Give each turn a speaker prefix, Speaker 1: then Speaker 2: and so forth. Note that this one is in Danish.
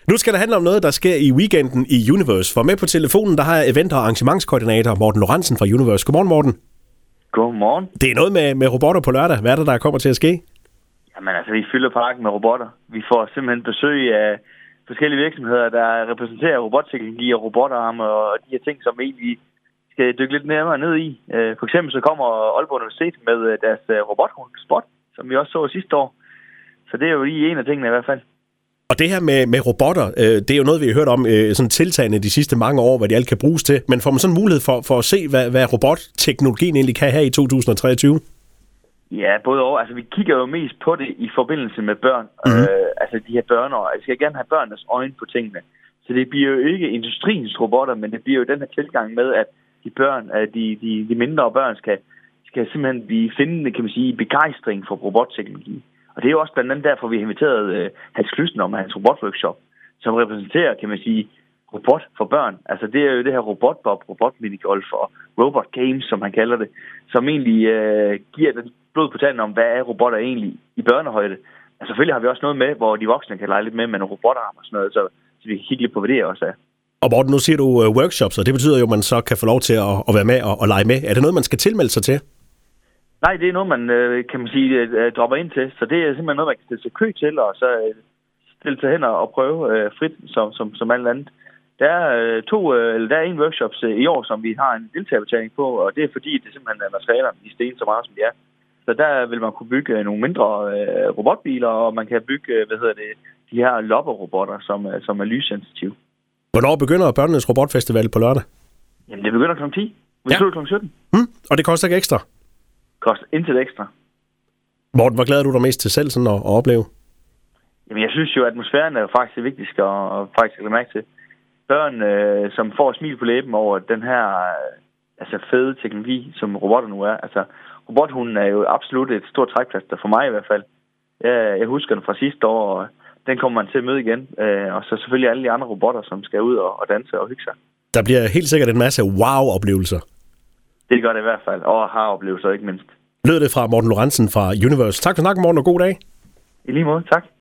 Speaker 1: Nu skal det handle om noget, der sker i weekenden i Universe. For med på telefonen, der har jeg event- og arrangementskoordinator Morten Lorentzen fra Universe. Godmorgen, Morten.
Speaker 2: Godmorgen.
Speaker 1: Det er noget med robotter på lørdag. Hvad er det, der kommer til at ske?
Speaker 2: Jamen altså, vi fylder parken med robotter. Vi får simpelthen besøg af forskellige virksomheder, der repræsenterer robotteknologi og robotarme og de her ting, som egentlig skal dykke lidt nærmere ned i. For eksempel så kommer Aalborg Universitet med deres robothund Spot, som vi også så sidste år. Så det er jo lige en af tingene i hvert fald.
Speaker 1: Og det her med robotter, det er jo noget, vi har hørt om sådan tiltagende de sidste mange år, hvad de alt kan bruges til. Men får man sådan en mulighed for at se, hvad robotteknologien egentlig kan her i 2023?
Speaker 2: Ja, både og. Altså, vi kigger jo mest på det i forbindelse med børn. Altså, de her børnere. Jeg skal gerne have børnenes øjne på tingene. Så det bliver jo ikke industriens robotter, men det bliver jo den her tilgang med, at de børn, de mindre børn skal simpelthen finde, kan man sige, begejstring for robotteknologi. Og det er jo også blandt andet derfor, vi har inviteret Hans Klysten om hans robotworkshop, som repræsenterer, kan man sige, robot for børn. Altså det er jo det her robotbob, robotminigolf og robot games, som han kalder det, som egentlig giver den blod på tanden om, hvad er robotter egentlig i børnehøjde. Altså selvfølgelig har vi også noget med, hvor de voksne kan lege lidt med nogle robotarm og sådan noget, så vi kan kigge lidt på, hvad det også er. Og
Speaker 1: Morten, nu siger du workshops, og det betyder jo, at man så kan få lov til at være med og lege med. Er det noget, man skal tilmelde sig til?
Speaker 2: Nej, det er noget, man kan man sige, dropper ind til. Så det er simpelthen noget, man kan stille sig kø til, og så stille sig hen og prøve frit som alt andet. Der er en workshops i år, som vi har en deltagerbetaling på, og det er fordi, det simpelthen er materialerne i sten så meget, som de er. Så der vil man kunne bygge nogle mindre robotbiler, og man kan bygge, de her lopperrobotter, som er lyssensitive.
Speaker 1: Hvornår begynder børnenes robotfestival på lørdag?
Speaker 2: Jamen, det begynder kl. 10. Vi slutter kl. 17.
Speaker 1: Og det koster ikke ekstra?
Speaker 2: Koster intet ekstra.
Speaker 1: Morten, hvor glæder du dig mest til selv sådan at opleve?
Speaker 2: Jamen, jeg synes jo, at atmosfæren er faktisk det vigtigste at faktisk lægge mærke til. Børn, som får smil på læben over den her fede teknologi, som robotter nu er. Altså, robothunden er jo absolut et stort trækplaster for mig i hvert fald. Jeg husker den fra sidste år, og den kommer man til at møde igen. Og så selvfølgelig alle de andre robotter, som skal ud og danse og hygge sig. Der
Speaker 1: bliver helt sikkert en masse wow-oplevelser.
Speaker 2: Det gør det i hvert fald, og har oplevelser ikke mindst.
Speaker 1: Lød det fra Morten Lorentzen fra Universe. Tak for snakken, Morten, og god dag.
Speaker 2: I lige måde, tak.